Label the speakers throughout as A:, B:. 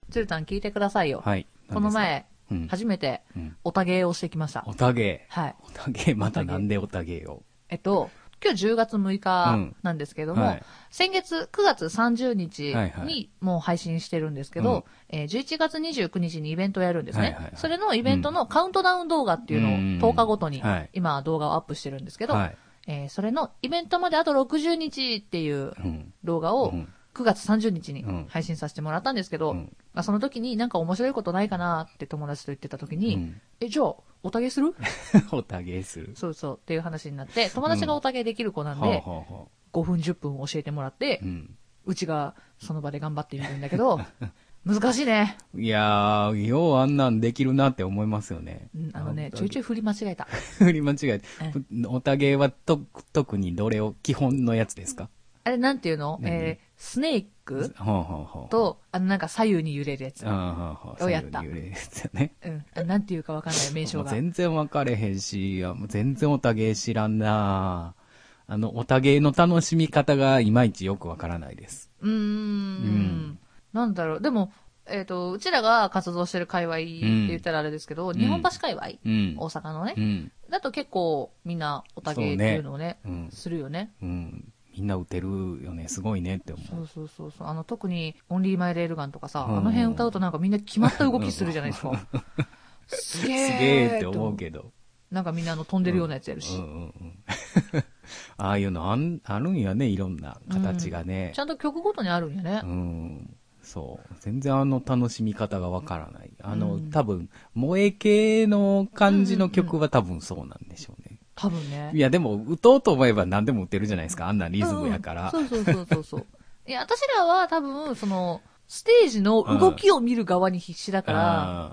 A: チュルタン聞いてくださいよ。
B: はい。
A: この前、
B: うん
A: 初めて
B: うん、
A: オタゲーをしてきました。
B: おたげ。
A: はい。
B: おたげ、またなんでおたげを。
A: 今日10月6日なんですけども、
B: はい。
A: 先月9月30日
B: はいはい
A: にもう配信してるんですけど、11月29日にイベントをやるんですね。
B: はいはいはい
A: それのイベントのカウントダウン動画っていうのを
B: うん
A: 10日ごとに
B: はい
A: 今動画をアップしてるんですけど、
B: はい。
A: それのイベントまであと60日っていう
B: うん。
A: 動画を
B: うん
A: 9月30日に
B: うん
A: 配信させてもらったんですけど、
B: うん
A: まあ、その時になんか面白いことないかなって友達と言ってた時に、
B: うん
A: じゃあ、おたげする
B: おたげする。
A: そうそうっていう話になって、友達がおたげできる子なんで、
B: はあはあはあ
A: 5分10分教えてもらって
B: う、ん。
A: うちがその場で頑張ってみるんだけど、難しいね。
B: いやー、ようあんなんできるなって思いますよね。
A: ちょいちょい振り間違えた。
B: 振り間違えて。おたげは特にどれを基本のやつですか？
A: あれなんていうの、スネーク
B: ほうほうほう。
A: と、なんか左右に揺れるやつ。をやった
B: そういう揺れるやつよね。
A: なんていうかわかんない名称が。
B: もう全然分かれへんし、もう全然おたげ知らんなおたげの楽しみ方がいまいちよくわからないです。
A: なんだろう。でも、うちらが活動してる界隈って言ったらあれですけど、日本橋界隈、大阪のね、だと結構みんなおたげっていうのをね、するよね。
B: みんな打てるよね。すごいねって思う。
A: そう。特に、オンリーマイレールガンとかさ、あの辺歌うとなんかみんな決まった動きするじゃないですか。すげ
B: ーって思うけど。
A: なんかみんな飛んでるようなやつやるし。
B: ああいうのあるんやね、いろんな形がね。
A: ちゃんと曲ごとにあるんやね。
B: そう。全然楽しみ方がわからない。多分、萌え系の感じの曲は多分そうなんでしょうね。
A: 多分ね。
B: いや、でも、歌おうと思えば何でも打てるじゃないですか。あんなリズムやから。
A: そう。いや、私らは多分、ステージの動きを見る側に必死だから。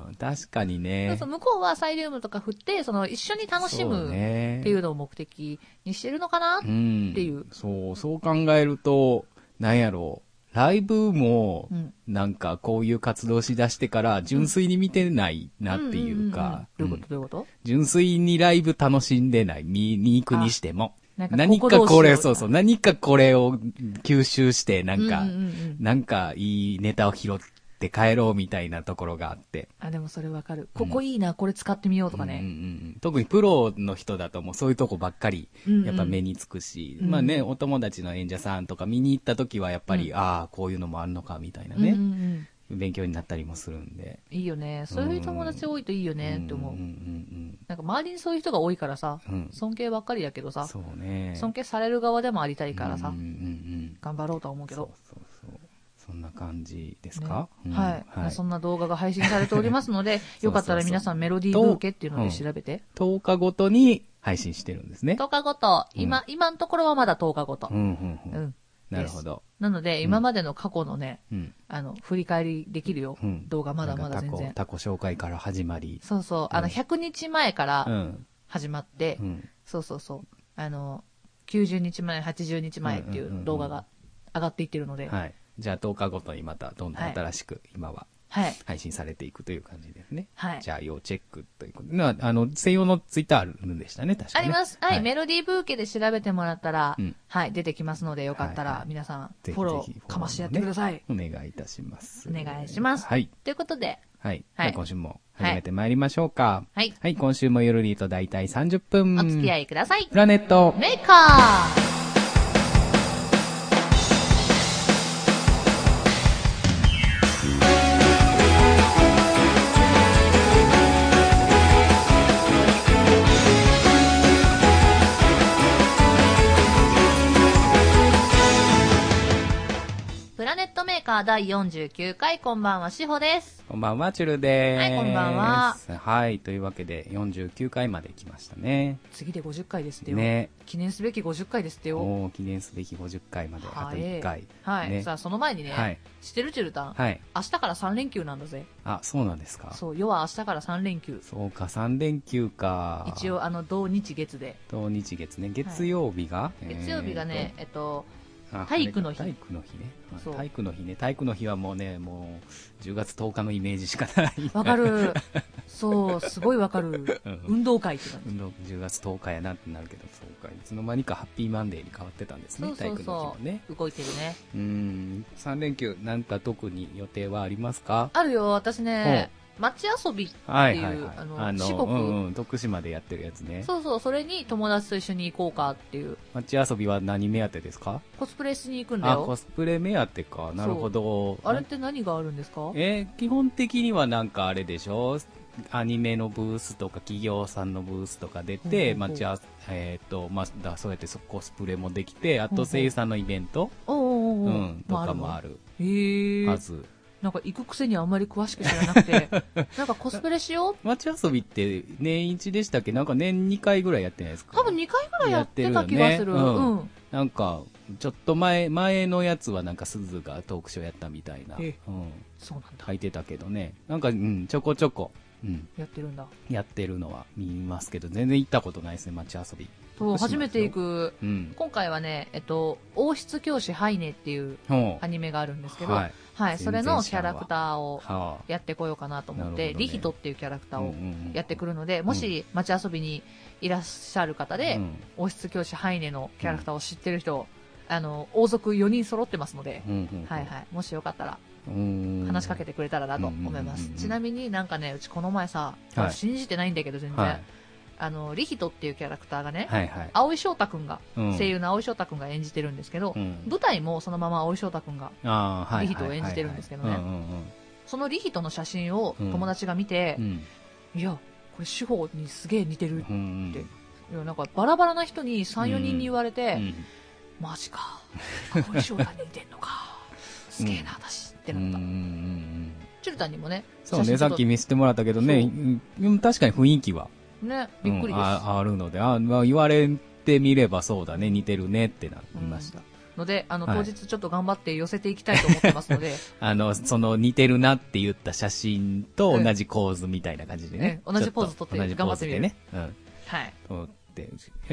B: 確かにね。
A: 向こうはサイリウムとか振って、一緒に楽しむっていうのを目的にしてるのかなっていう。
B: そう考えると、なんやろう。ライブも、なんかこういう活動しだしてから純粋に見てないなっていうか。
A: どういうこと
B: 純粋にライブ楽しんでない。見に行くにしても。
A: 何か
B: これ、何かこれを吸収して、なんかいいネタを拾って帰ろうみたいなところがあって。
A: でもそれわかる。ここいいな、これ使ってみようとかね。
B: 特にプロの人だともうそういうとこばっかり、やっぱ目につくし、まあね、お友達の演者さんとか見に行った時はやっぱり、こういうのもあるのかみたいなね。勉強になったりもするんで。
A: いいよね。そういう友達多いといいよねって思う。なんか周りにそういう人が多いからさ、尊敬ばっかりだけどさ、
B: そうね。
A: 尊敬される側でもありたいからさ、頑張ろうとは思うけど。
B: そんな感じですか？
A: はい。そんな動画が配信されておりますので、よかったら皆さんメロディーブーケっていうので調べて。
B: 10日ごとに配信してるんですね。
A: 10日ごと。今のところはまだ10日ごと。
B: なるほど。
A: なので、今までの過去のね、振り返りできるよ。動画まだまだ全然。
B: タコ紹介から始まり。
A: そう。100日前から始まって、そう。90日前、80日前っていう動画が上がっていってるので。
B: はい。じゃあ10日ごとにまたどんどん新しく今は配信されていくという感じですね。はい。じゃあ要チェックということで、専用のツイッターあるんでしたね、確かに。
A: あります。はい。メロディーブーケで調べてもらったら、はい、出てきますので、よかったら皆さんフォローかましてやってください。
B: お願いいたします。
A: お願いします。はい。ということで。
B: はい。じゃあ今週も始めてまいりましょうか。はい。はい。今週もゆるりとだいたい30分。
A: お付き合いください。
B: プラネット
A: メーカー。第49回、こんばんは、しほです。
B: こんばんは、チュルです。
A: はい、こんばんは。
B: はい、というわけで、49回まで来ましたね。
A: 次で50回ですってよ。ね。記念すべき50回ですってよ。
B: 記念すべき50回まで、あと1回。
A: はい。さあ、その前にね、知ってるチュルタン。はい。明日から3連休なんだぜ。
B: あ、そうなんですか。
A: そう、要は明日から3連休。
B: そうか、3連休か。
A: 一応、土日月で。
B: 土日月ね。月曜日が
A: 月曜日がね、 体育の日。
B: 体育の日ね。
A: そう
B: 体育の日ね。体育の日はもうね、もう10月10日のイメージしかない。
A: わかる。そう、すごいわかる。運動会って感じ。
B: 運動10月10日やなってなるけど、そうか。いつの間にかハッピーマンデーに変わってたんですね。
A: そうそうそう、
B: 体育の日もね。
A: 動いてるね。
B: 3連休、なんか特に予定はありますか？
A: あるよ、私ね。街遊びっていう、四国、
B: 徳島でやってるやつね。
A: そうそう、それに友達と一緒に行こうかっていう。
B: 街遊びは何目当てですか？
A: コスプレしに行くんだよ。
B: コスプレ目当てか。なるほど。
A: あれって何があるんですか？
B: 基本的にはなんかあれでしょ？アニメのブースとか企業さんのブースとか出て、そうやってコスプレもできて、あと声優さんのイベントとかもあるはず。
A: なんか行くくせにあんまり詳しく知らなくて、なんかコスプレしよう。
B: 街遊びって年1でしたっけ？なんか年2回ぐらいやってないですか？
A: 多分2回ぐらいやってた気がする。
B: なんか、ちょっと前のやつはなんか鈴がトークショーやったみたいな。
A: そうなんだ。
B: 書いてたけどね。なんか、ちょこちょこ。
A: やってるんだ。
B: やってるのは見ますけど、全然行ったことないですね、街遊び。
A: 初めて行く、今回はね、王室教師ハイネっていうアニメがあるんですけど、はい、それのキャラクターをやってこようかなと思って、リヒトっていうキャラクターをやってくるので、もし街遊びにいらっしゃる方で、王室教師ハイネのキャラクターを知ってる人、王族4人揃ってますので、はいはい、もしよかったら、話しかけてくれたらなと思います。ちなみになんかね、うちこの前さ、信じてないんだけど全然、リヒトっていうキャラクターがね、蒼井翔太くんが、声優の蒼井翔太くんが演じてるんですけど、舞台もそのまま蒼井翔太くんがリヒトを演じてるんですけどね、そのリヒトの写真を友達が見て、いや、これ志保にすげえ似てるって、いやなんかバラバラな人に3、4人に言われて、マジか、蒼井翔太に似てんのか、すげえな私ってなった。チュルタンにもね、
B: そうね、さっき見せてもらったけどね、確かに雰囲気は
A: ね、びっくりです。
B: あるので、言われてみればそうだね、似てるねってなりました。
A: ので、当日ちょっと頑張って寄せていきたいと思ってますので。
B: その似てるなって言った写真と同じ構図みたいな感じでね。
A: 同じポーズ撮って頑張ってみる。ね。はい。
B: 撮って。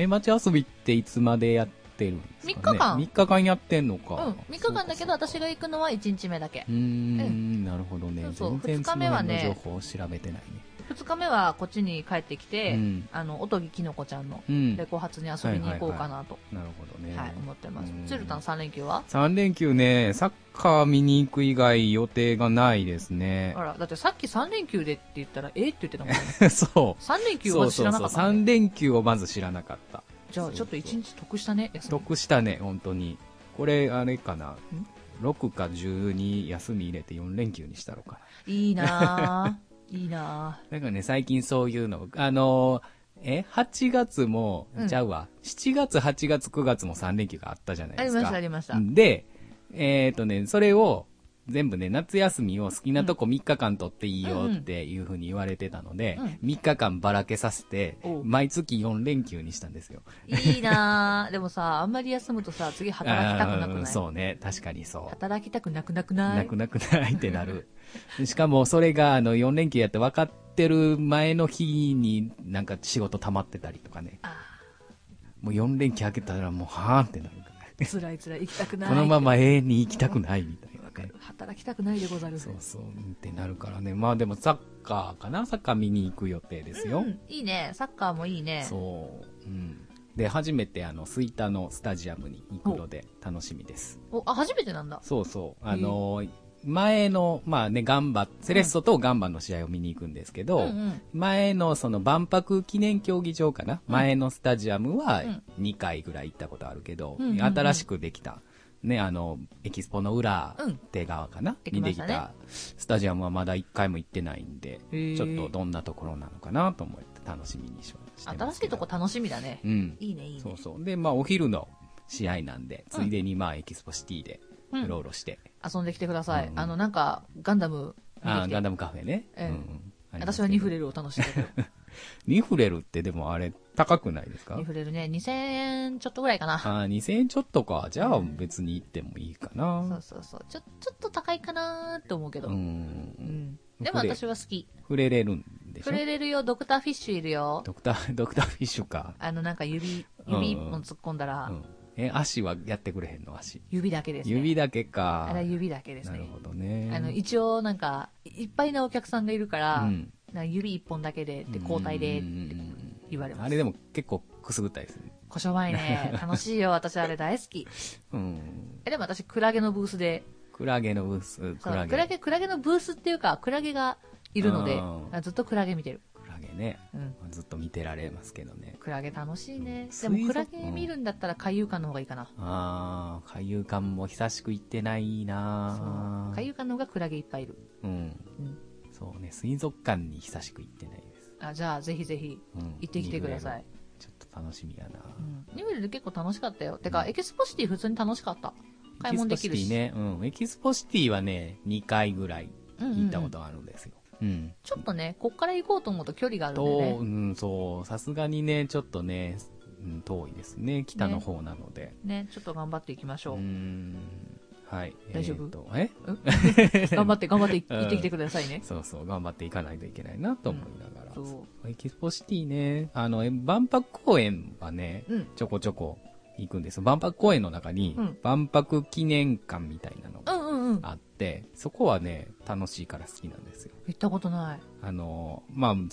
B: 街遊びっていつまでやってるんですかね？
A: 3日間。
B: 3日間やってんのか。
A: 3日間だけど、私が行くのは1日目だけ。
B: なるほどね。
A: そう、2日目はね、
B: 情報を調べてないね。
A: 2日目はこっちに帰ってきて、おとぎきのこちゃんのレコ発に遊びに行こうかなと、
B: なるほどね、
A: はい、思ってます。チュルタン3連休は
B: ？3連休ね、サッカー見に行く以外予定がないですね。
A: あら、だってさっき3連休でって言ったら、って言ってたもんね。
B: そう。
A: 3連休をまず知らなかった、ね。
B: そう3連休をまず知らなかった。
A: じゃあちょっと1日得したね、
B: 休み。得したね、本当に。これ、あれかな。6か10に休み入れて4連休にしたのかな。
A: いいなぁ。いいなぁ。
B: だからね、最近そういうの、8月も、ちゃうわ。7月、8月、9月も3連休があったじゃないですか。
A: ありました。
B: で、それを、全部ね、夏休みを好きなとこ3日間取っていいよっていう風に言われてたので、3日間ばらけさせて、毎月4連休にしたんですよ。
A: いいなぁ。でもさ、あんまり休むとさ、次働きたくなくない？
B: そうね、確かにそう。
A: 働きたくなくない？
B: なくないってなる。しかもそれが4連休やって分かってる前の日になんか仕事溜まってたりとかね。もう4連休明けたらもうはーんってなるから。
A: 辛い行きたくない。
B: このまま永遠に行きたくないみたいな。
A: 働きたくないでござる。
B: そうってなるからね。まあでもサッカーかな、サッカー見に行く予定ですよ。
A: いいね、サッカーもいいね。
B: そう。で、初めて吹田のスタジアムに行くので楽しみです。
A: 初めてなんだ。
B: そう前の、まあね、セレッソとガンバの試合を見に行くんですけど、前のその万博記念競技場かな、前のスタジアムは2回ぐらい行ったことあるけど、新しくできた、ね、エキスポの裏手側かな、にできたスタジアムはまだ1回も行ってないんで、ちょっとどんなところなのかなと思って楽しみにしてます。
A: 新しいとこ楽しみだね。いいね。
B: そう。で、まあお昼の試合なんで、ついでにまあエキスポシティでうろうろして。
A: 遊んできてください。なんか、ガンダム
B: ガンダムカフェね。
A: 私はニフレルを楽しんでる。
B: ニフレルってでもあれ、高くないですか？
A: ニフレルね、2000円ちょっとぐらいかな。
B: 2000円ちょっとか。じゃあ別に行ってもいいかな。
A: そう。ちょっと高いかなーって思うけど。でも私は好き。
B: 触れれるんでしょ？
A: 触れれるよ、ドクターフィッシュいるよ。
B: ドクターフィッシュか。
A: なんか指も突っ込んだら、
B: 足はやってくれへんの？足。
A: 指だけですね。
B: 指だけか。
A: あれ指だけですね。
B: なるほどね。
A: 一応なんか、いっぱいなお客さんがいるから、なんか指一本だけで、交代でって言われます。
B: あれでも結構くすぐったいですね。
A: こしょばいね。楽しいよ。私あれ大好き。でも私、クラゲのブースで。
B: クラゲのブース、
A: クラゲのブースっていうか、クラゲがいるので、ずっとクラゲ見てる。
B: クラゲね。ずっと見てられますけどね。
A: クラゲ楽しいね。でもクラゲ見るんだったら海遊館の方がいいかな。
B: 海遊館も久しく行ってないな。
A: 海遊館の方がクラゲいっぱいいる。
B: そうね、水族館に久しく行ってないです。
A: じゃあぜひぜひ行ってきてください。
B: ちょっと楽しみやな。
A: ニベルで結構楽しかったよ。てか、エキスポシティ普通に楽しかった。買い物できるし。
B: エキスポシティはね、2回ぐらい行ったことがあるんですよ。
A: ちょっとね、こっから行こうと思うと距離があるんでね。
B: そう、さすがにね、ちょっとね、遠いですね、北の方なので。
A: ね、ちょっと頑張っていきましょう。
B: はい。
A: 大丈夫？頑張って行ってきてくださいね。
B: そうそう、頑張っていかないといけないなと思いながら。エキスポシティね、万博公園はね、ちょこちょこ行くんです。万博公園の中に、万博記念館みたいなのがあって、そこはね、楽しいから好きなんですよ。
A: 行ったことない。
B: その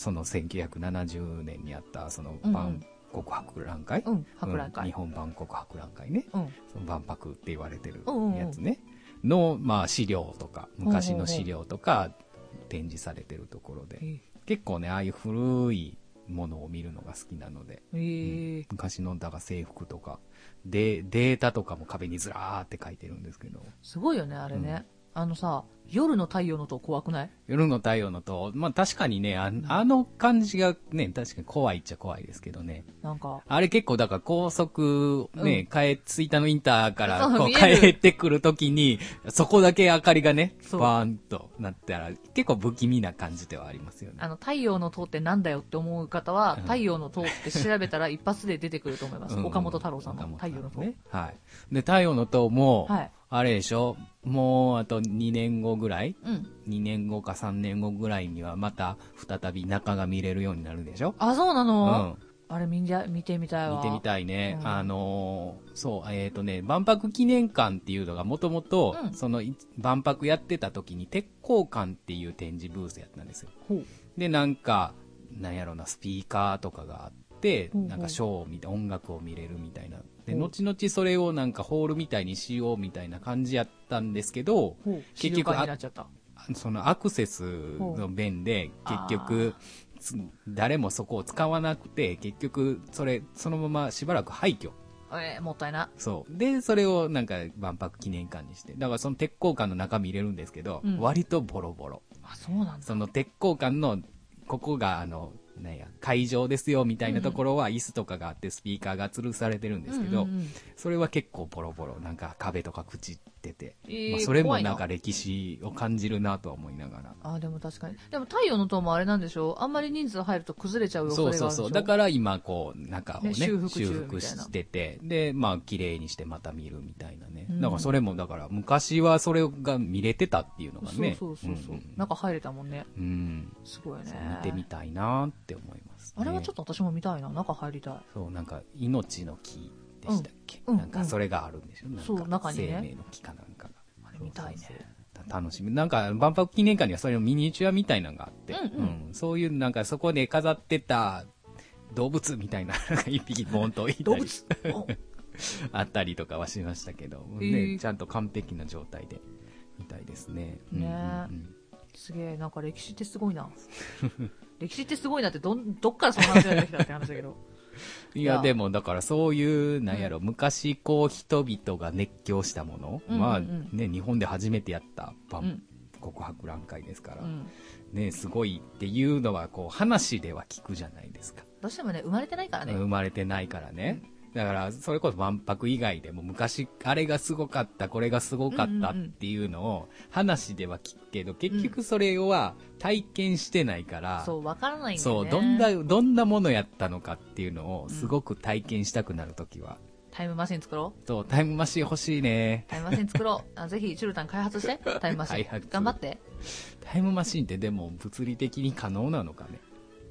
B: 1970年にあった、その万国博覧会、日本万国博覧会ね、その万博って言われてるやつね、の、資料とか、昔の資料とか展示されてるところで、結構ね、ああいう古いものを見るのが好きなので、昔のだから制服とかデータとかも壁にずらーって書いてるんですけど、
A: すごいよねあれね。夜の太陽の塔怖くない？
B: 夜の太陽の塔、確かにね、あの感じがね、確かに怖いっちゃ怖いですけどね。
A: なんか。
B: あれ結構だから高速ね、ツイッターのインターからこう帰ってくるときに、そこだけ明かりがね、バーンとなったら、結構不気味な感じではありますよね。
A: 太陽の塔ってなんだよって思う方は、太陽の塔って調べたら一発で出てくると思います。岡本太郎さんの太陽の塔。
B: はい。で、太陽の塔も、あれでしょ、もうあと2年後ぐらい、2年後か3年後ぐらいにはまた再び中が見れるようになるでしょ。
A: そうなの？あれ見てみたいわ。
B: 見てみたいね。そう、万博記念館っていうのがもともと、その万博やってた時に鉄鋼館っていう展示ブースやったんですよ。で、なんやろな、スピーカーとかがあって、なんかショーを見て音楽を見れるみたいな。で、後々それをなんかホールみたいにしようみたいな感じやったんですけど、結局そのアクセスの便で結局誰もそこを使わなくて、結局そのまましばらく廃墟。
A: もったいな。
B: そう。で、それをなんか万博記念館にして。だからその鉄鋼館の中見れるんですけど、割とボロボロ。
A: そうなんだ。
B: その鉄鋼館の、ここが会場ですよみたいなところは椅子とかがあってスピーカーが吊るされてるんですけど、それは結構ボロボロ、なんか壁とか朽ちてて、それもなんか歴史を感じるなとは思いながら。
A: でも確かに。でも太陽の塔もあれなんでしょう、あんまり人数入ると崩れちゃう恐れがあるんでしょ。
B: そうだから今こう中をね修復してて、で綺麗にしてまた見るみたいなね。だからそれもだから昔はそれが見れてたっていうのがね。
A: そう中入れたもんね。すごいね。
B: 見てみたいなって思います。
A: あれはちょっと私も見たいな。中入りたい。
B: そうなんか命の木でしたっけ？なんかそれがあるんでしょ。
A: そう中にね。
B: 生命の木かなんかが。
A: あれ見たいね。
B: 楽しみ。なんか万博記念館にはそれのミニチュアみたいなのがあって、そういうなんかそこで飾ってた動物みたいな一匹ボンといたりあったりとかはしましたけど、ちゃんと完璧な状態でみたいですね。す
A: げえ、なんか歴史ってすごいな。歴史ってすごいなってどっからその話が出てきたって話だけど。
B: いやでもだからそういうなんやろ、昔こう人々が熱狂したもの、日本で初めてやった万国博覧会ですから、ね、すごいっていうのはこう話では聞くじゃないですか。
A: どうしてもね、生まれてないからね。
B: 生まれてないからね。だからそれこそ万博以外でも昔あれがすごかった、これがすごかったっていうのを話では聞くけど、結局それは体験してないから、
A: そうわからないんだよね。
B: そうどんなものやったのかっていうのをすごく体験したくなるときは、
A: タイムマシン作ろう。
B: そう、タイムマシン欲しいね。
A: タイムマシン作ろう。ぜひチュルタン開発してタイムマシン頑張って。
B: タイムマシンってでも物理的に可能なのかね。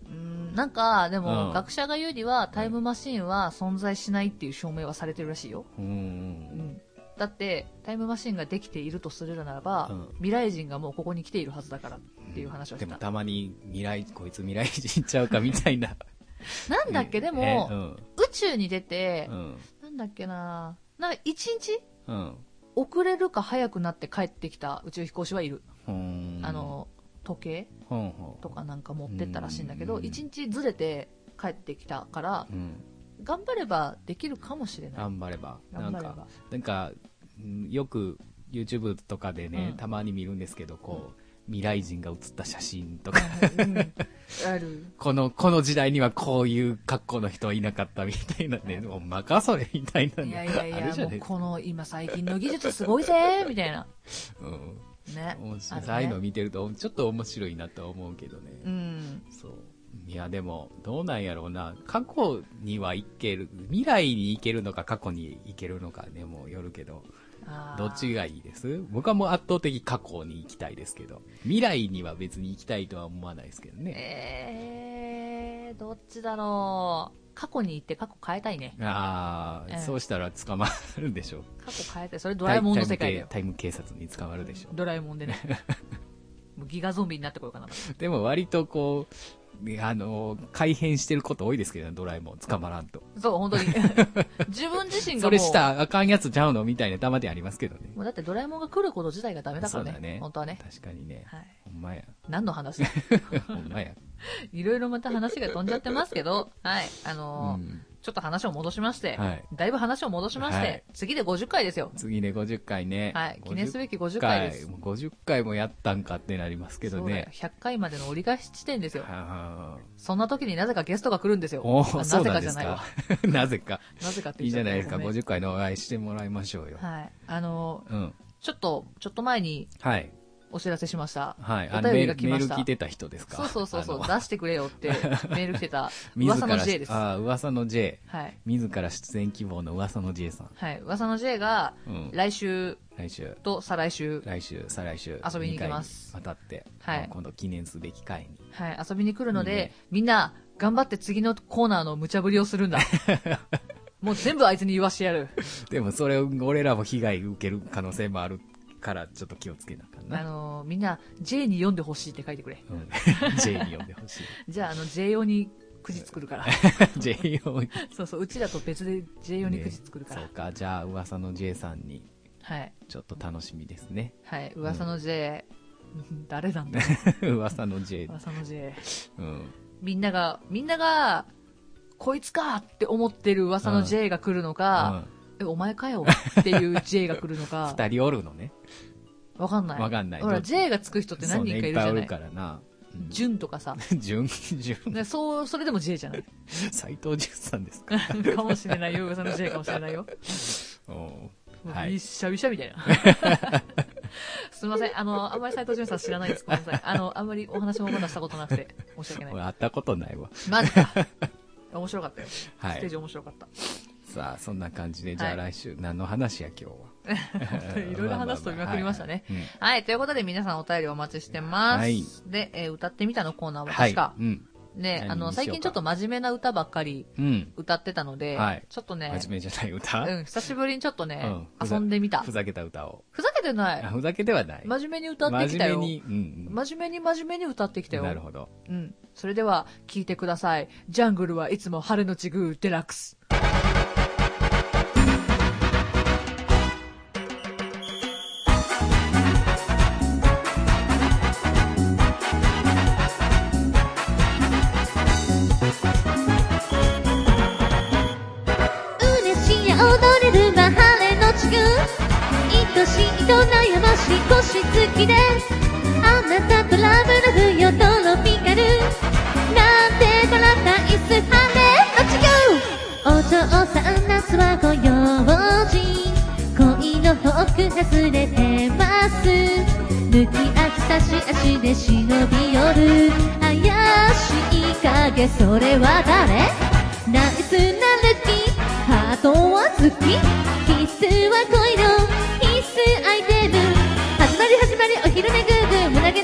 A: なんか、でも、学者が言うには、タイムマシンは存在しないっていう証明はされてるらしいよ。だって、タイムマシンができているとするならば、未来人がもうここに来ているはずだからっていう話をした。
B: でもたまにこいつ未来人ちゃうかみたいな。
A: なんだっけ、でも、宇宙に出て、なんだっけな、なんか一日、遅れるか早くなって帰ってきた宇宙飛行士はいる。時計とかなんか持ってったらしいんだけど、一日ずれて帰ってきたから、頑張ればできるかもしれない。
B: 頑張れば。なんか、よく YouTube とかでね、たまに見るんですけど、こう、未来人が写った写真とか、
A: ある。
B: この時代にはこういう格好の人はいなかったみたいなね、もうバカそれみたいなね。
A: いや、もうこの今最近の技術すごいぜみたいな。ね。
B: ああいうの見てるとちょっと面白いなと思うけどね。そう。いやでもどうなんやろうな。過去には行ける、未来に行けるのか過去に行けるのかね、もうよるけど。どっちがいいです？僕はもう圧倒的過去に行きたいですけど、未来には別に行きたいとは思わないですけどね。
A: どっちだろう。過去に行って過去変えたいね。
B: そうしたら捕まるでしょ。
A: 過去変えたい。それドラえもんの世界だよ。
B: タイム警察に捕まるでしょ。
A: ドラえもんでね。もうギガゾンビになってこようかな。
B: でも割とこう、改変してること多いですけどね、ドラえもん捕まらんと。
A: そう、本当に。自分自身がもう。
B: それしたらあかんやつちゃうのみたいなたまにありますけどね。
A: もうだってドラえもんが来ること自体がダメだからね。そうだね。本当はね。
B: 確かにね。ほんまや。
A: 何の話だ
B: ほんまや。
A: いろいろまた話が飛んじゃってますけど、はい。ちょっと話を戻しまして、だいぶ話を戻しまして、次で50回ですよ。
B: 次で50回ね。
A: はい。記念すべき50回です。
B: 50回もやったんかってなりますけどね。
A: 100回までの折り返し地点ですよ。そんな時になぜかゲストが来るんですよ。
B: なぜかじゃないわ。なぜか。
A: なぜかって
B: いいじゃないですか。50回のお会いしてもらいましょうよ。
A: はい。ちょっと前に、
B: はい。
A: お知らせしました。
B: はい。お便りが来ました。メール聞いてた人ですか？
A: そう。出してくれよってメール来てた、噂の J です。
B: 噂の J。
A: はい。
B: 自ら出演希望の噂の J さん。
A: はい。噂の J が、来週と再来週。
B: 再来週。
A: 遊びに行きます。
B: またって。
A: はい。
B: 今度記念すべき回に。
A: はい。遊びに来るので、みんな、頑張って次のコーナーの無茶ぶりをするんだ。もう全部あいつに言わしてやる。
B: でもそれ、俺らも被害受ける可能性もある。からちょっと気をつけなあかんな。
A: みんな J に読んでほしいって書いてくれ。
B: J に読んでほしい。
A: じゃあJ 用にくじ作るから。
B: J 用に。
A: そう、うちらと別で J 用にくじ作るから。
B: そうか、じゃあ噂の J さんに。
A: はい。
B: ちょっと楽しみですね。
A: はい、噂の J。誰なんだ
B: ろう。噂の J。
A: 噂の J。みんなが、こいつかって思ってる噂の J が来るのか、お前かよっていう J が来るのか。
B: 二人おるのね。
A: わかんない。ほら、J がつく人って何人かいるじゃない。いっぱいおる
B: からな。
A: 純とかさ。
B: 純。
A: それでも J じゃない。
B: 斎藤純さんですか？
A: かもしれないよ。噂の J かもしれないよ。びっしゃびしゃみたいな。すみません。あんまり斎藤純さん知らないです。ごめんなさい。あんまりお話もまだしたことなくて、申し訳ない。
B: 俺会ったことないわ。
A: マジか。面白かったよ。
B: はい。
A: ステージ面白かった。
B: さあ、そんな感じで、じゃあ来週、何の話や、今日
A: は。いろいろ話飛びまくりましたね。はい、ということで皆さんお便りお待ちしてます。はい。で、歌ってみたのコーナーは確か。ね、最近ちょっと真面目な歌ばっかり歌ってたので、ちょっとね。
B: 真面目じゃない歌？
A: 久しぶりにちょっとね、遊んでみた。
B: ふざけた歌を。
A: ふざけてない。
B: ふざけてはない。
A: 真面目に歌ってきたよ。真面目に歌ってきたよ。
B: なるほど。
A: それでは、聴いてください。ジャングルはいつも晴れのちぐデラックス。愛しいと悩ましい星月であなたとラブの冬トロピカルなんてパラダイス晴れの地球お父さん夏はご用心恋のホーク外れてます抜き足差し足で忍び寄る怪しい影それは誰ナイスなルキハートは好きキスは恋のアイテム始まりお昼寝グーグー胸毛でゴー8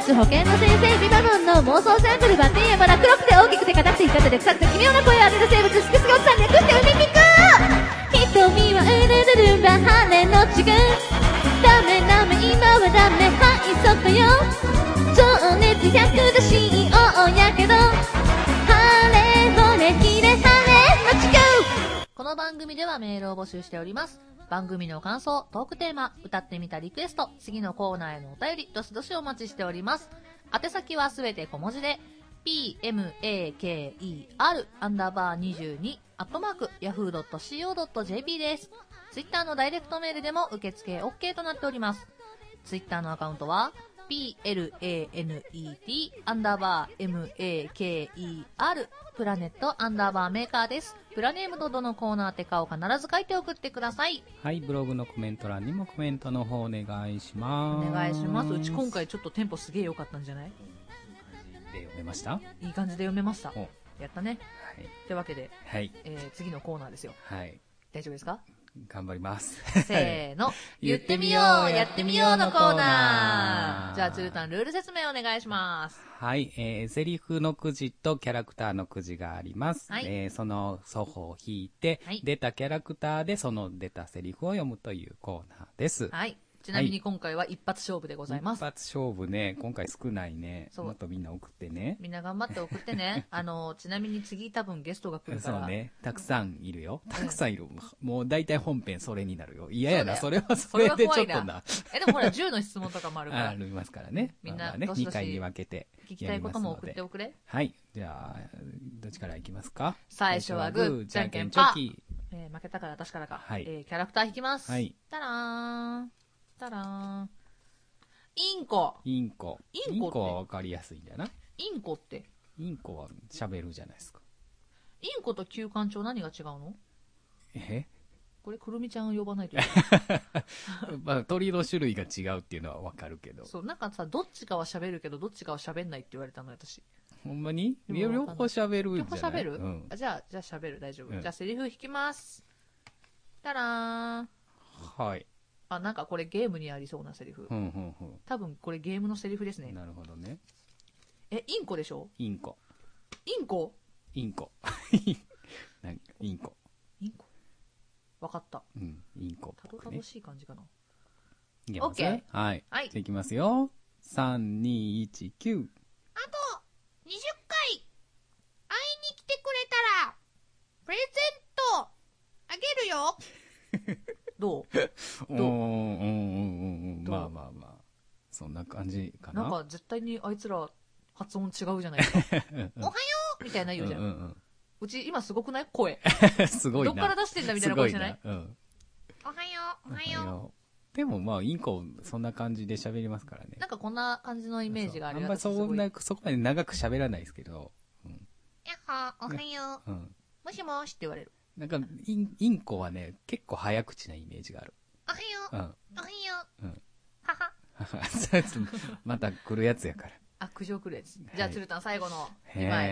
A: ス保険の先生ビバロンの妄想サンプルバッテンやまだ黒くて大きくて硬くて光ってて臭くて奇妙な声を当てた生物すくすくおっさん略して海ピク瞳はうるるるんば羽の違うダメダメ今はダメはいそこよ情熱100度 CEO やけど晴れほれひれ晴れの違う。この番組ではメールを募集しております。番組の感想、トークテーマ、歌ってみたリクエスト、次のコーナーへのお便り、どしどしお待ちしております。宛先はすべて小文字で、pmaker22@yahoo.co.jp です。ツイッターのダイレクトメールでも受付 OK となっております。ツイッターのアカウントは、planet_maker プラネット_メーカーです。プラネームとどのコーナーってかを必ず書いて送ってください。
B: はい、ブログのコメント欄にもコメントの方お願いします。
A: お願いします。うち今回ちょっとテンポすげえ良かったんじゃない？
B: で読めました？
A: いい感じで読めました。やったね。
B: はい。
A: というわけで、
B: はい。
A: 次のコーナーですよ。
B: はい。
A: 大丈夫ですか？
B: 頑張ります。
A: せーの。言ってみよう、やってみようのコーナー。じゃあ、つるたん、ルール説明お願いします。
B: はい。セリフのくじとキャラクターのくじがあります。
A: はい。
B: その双方を引いて、はい、出たキャラクターでその出たセリフを読むというコーナーです。
A: はい。ちなみに今回は一発勝負でございます。
B: 一発勝負ね。今回少ないね。もっとみんな送ってね。
A: みんな頑張って送ってね。ちなみに次多分ゲストが来るから。
B: そうね。たくさんいるよ。たくさんいる。もう大体本編それになるよ。嫌やな。それはそれでちょっとな。
A: でもほら、10の質問とかもあるから。
B: ありますからね。
A: みんな、
B: ね、2回に分けて。
A: 聞きたいことも送っておくれ。
B: はい。じゃあ、どっちからいきますか？
A: 最初はグー、じゃんけんパー。負けたから私からか。
B: はい。
A: キャラクター引きます。
B: はい。
A: たらーん。たらーん。インコ。
B: インコは分かりやすいんだな。
A: インコって。
B: インコは喋るじゃないですか。
A: インコと旧館長何が違うの？これくるみちゃんを呼ばないといけない。
B: まあ鳥の種類が違うっていうのは分かるけど。
A: そう、なんかさ、どっちかは喋るけどどっちかは喋んないって言われたの私。
B: ほんまに？両方喋るんじゃない？
A: 両方喋る？うん。じゃあ喋る、大丈夫。じゃあセリフ引きます。たらーん。
B: はい。
A: なんかこれゲームにありそうなセリフ。多分これゲームのセリフですね。
B: なるほどね。
A: インコでしょ？
B: インコ。
A: インコ？
B: インコ。インコ。
A: インコ。わかった。
B: うん、インコ。
A: たどたどしい感じかな。
B: いけます？
A: OK。
B: はい。はい。じゃあいきますよ。3、2、1、9。
A: あと、20回、会いに来てくれたら、プレゼント、あげるよ。どう？
B: まあまあまあ。そんな感じかな。
A: なんか絶対にあいつら発音違うじゃないですか。おはようみたいな言うじゃん。うち今すごくない？声。
B: すごいな。
A: どっから出してんだみたいな声じゃない？
B: おはよ
A: う、おはよ
B: う。でもまあインコそんな感じで喋りますからね。
A: なんかこんな感じのイメージがある。
B: あんまそこまで長く喋らないですけど。
A: やっはー、おはよう。もしもしって言われる。
B: なんかインコはね、結構早口なイメージがある。
A: おはよう。おはよう。はは。
B: また来るやつやから。
A: 苦情来るやつ。じゃあ、つるたん最後の2枚。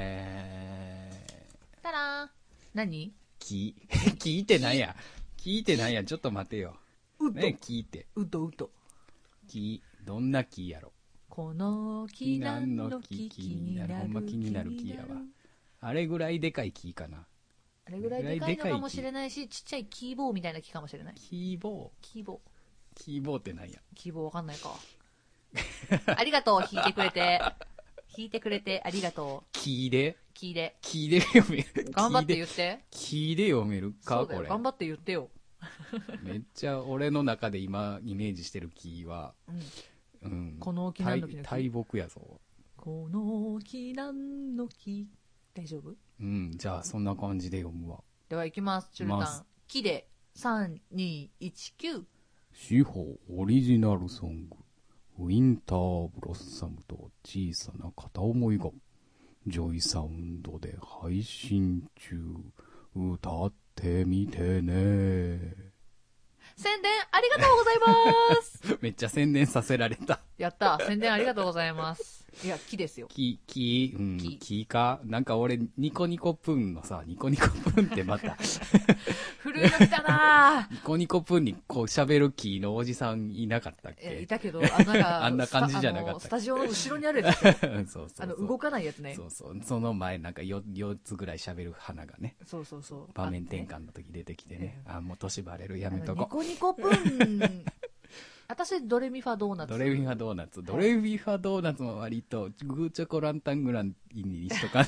A: たらーん。何？
B: 聞いてないや。聞いてないや。ちょっと待てよ。ね、聞いて。どんな木やろ。
A: この木何の木？気になる。
B: ほんま気になる木やわ。あれぐらいでかい木かな。
A: あれぐらいでかいのかもしれないし、ちっちゃいキーボーみたいな木かもしれない。
B: キーボーって何や？
A: キーボーわかんないか。ありがとう、弾いてくれて。弾いてくれてありがとう。
B: キーで読める。
A: 頑張って言って。
B: キーで読めるか？
A: そうだよ、これ。頑張って言ってよ。
B: めっちゃ俺の中で今イメージしてるキーは、
A: この木何の木の木？
B: 大木やぞ。
A: この木何の木？大丈夫？
B: じゃあそんな感じで読むわ。
A: では行きます、チュルタン。木で3、2、1、9。
B: 司法オリジナルソング。ウィンターブロッサムと小さな片思いがジョイサウンドで配信中。歌ってみてね。
A: 宣伝ありがとうございます。
B: めっちゃ宣伝させられた。
A: やった。宣伝ありがとうございます。 いや、木ですよ。
B: 木かなんか俺、ニコニコプンのさ、ニコニコプンってまた。
A: 古いの来たな
B: ニコニコプンにこう喋る木のおじさんいなかったっけ？
A: いたけど、なんか、
B: あんな感じじゃなかったっけ？
A: スタジオの後ろにあるやつですよ。
B: そうそう
A: 動かないやつね。
B: そうそう。その前なんか4つぐらい喋る花がね。
A: そうそうそう。
B: 場面転換の時出てきてね。もう年バレるやめとこ。
A: ニコニコプン。私、ドレミファドーナツ。
B: ドレミファドーナツ。ドレミファドーナツも割と、グーチョコランタングランにしとかんと。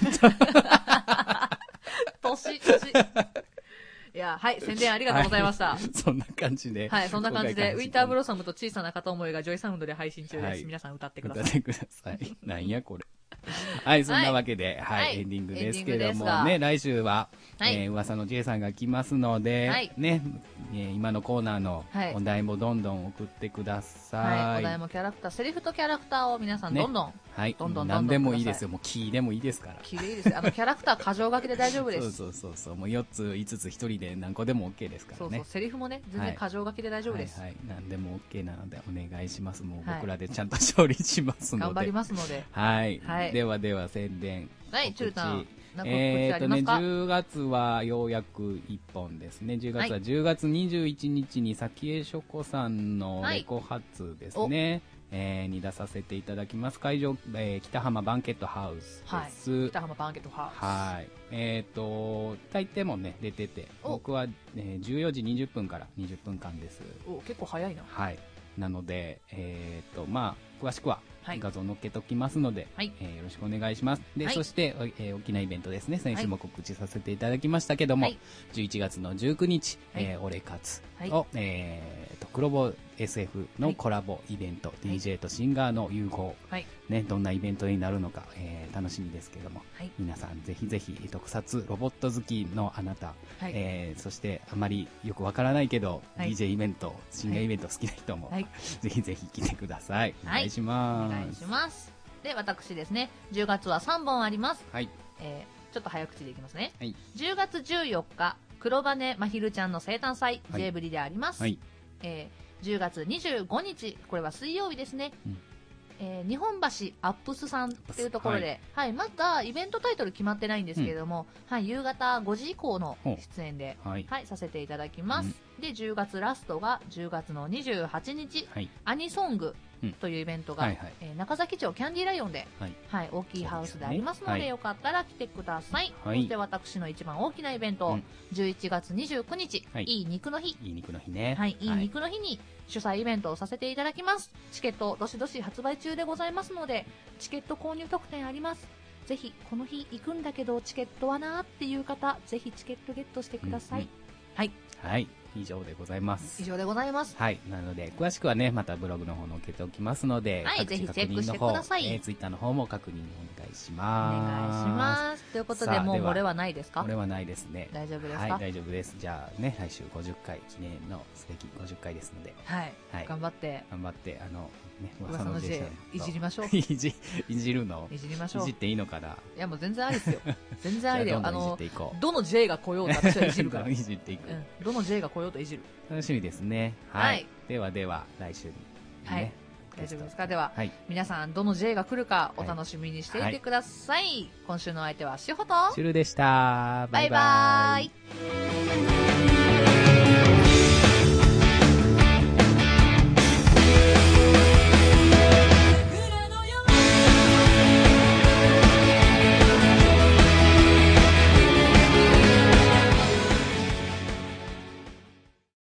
A: 年。いや、はい、宣伝ありがとうございました。
B: そんな感じで。
A: はい、そんな感じで、ウィンターブロッサムと小さな片思いがジョイサウンドで配信中です。皆さん歌ってください。
B: 歌ってください。なんやこれ。はい、そんなわけで、エンディングですけれどもね、来週は、噂の J さんが来ますので、ね、今のコーナーのお題もどんどん送ってください。
A: お題もキャラクター、セリフとキャラクターを皆さんどんどん、どんどん
B: 何でもいいですよ。もうキーでもいいですから。
A: キーでいいですよ。キャラクター過剰書きで大丈夫です。
B: そう。もう4つ、5つ1人で何個でも OK ですからね。
A: そう、セリフもね、全然過剰書きで大丈夫です。
B: はい、何でも OK なのでお願いします。もう僕らでちゃんと勝利しますので。
A: 頑張りますので。
B: はい。では宣伝。
A: はい、チュータン。10
B: 月はようやく1本ですね。10月は10月21日に先江書庫さんのレコ発ですね。に出させていただきます。会場、北浜バンケットハウスです。
A: 北浜バンケットハウス。
B: はい。大抵もね、出てて、僕は、14時20分から20分間です。
A: 結構早いな。
B: はい。なので、詳しくは画像載っけときますので、よろしくお願いします。で、そして、大きなイベントですね。先週も告知させていただきましたけども、11月の19日、オレカツを、黒ボ SF のコラボイベント、DJ とシンガーの融合、ね、どんなイベントになるのか、楽しみですけども、皆さんぜひぜひ特撮ロボット好きのあなた、そしてあまりよくわからないけど、DJ イベント、シンガーイベント好きな人も、ぜひぜひ来てください。お願いします。
A: お願いします。で、私ですね、10月は3本あります。ちょっと早口でいきますね。10月14日、黒羽まひるちゃんの生誕祭、J ぶりであります。10月25日、これは水曜日ですね。日本橋アップスさんっていうところで、まだイベントタイトル決まってないんですけれども、夕方5時以降の出演で、させていただきます。で、10月ラストが10月の28日、アニソングというイベントが、中崎町キャンディーライオンで、大きいハウスでありますので、よかったら来てください。そして私の一番大きなイベント、11月29日、いい肉の日。
B: いい肉の日ね。
A: いい肉の日に主催イベントをさせていただきます。チケットどしどし発売中でございますので、チケット購入特典あります。ぜひこの日行くんだけどチケットはなーっていう方、ぜひチケットゲットしてください。
B: はい。以上でございます。
A: 以上でございます。
B: はい。なので、詳しくはね、またブログの方載っけておきますので、
A: ぜひチェックしてください。
B: ツイッターの方も確認お願いします。
A: お願いします。ということで、もう漏れはないですか？
B: 漏れはないですね。
A: 大丈夫ですか？
B: はい、大丈夫です。じゃあね、来週50回記念のすべき50回ですので、
A: 頑張って、
B: 噂の J
A: いじりましょう。
B: いじるの？
A: いじりましょう。
B: いじっていいのかな？
A: いや、もう全然ありですよ。全然ありだよ。
B: ど
A: の J が来ようと私はいじるから。
B: いじっていく。
A: どの J が来ようといじる。
B: 楽しみですね。はい。では、来週に。
A: 大丈夫ですか？では、皆さん、どの J が来るかお楽しみにしていてください。今週の相手はしほと
B: シュルでした。
A: バイバーイ。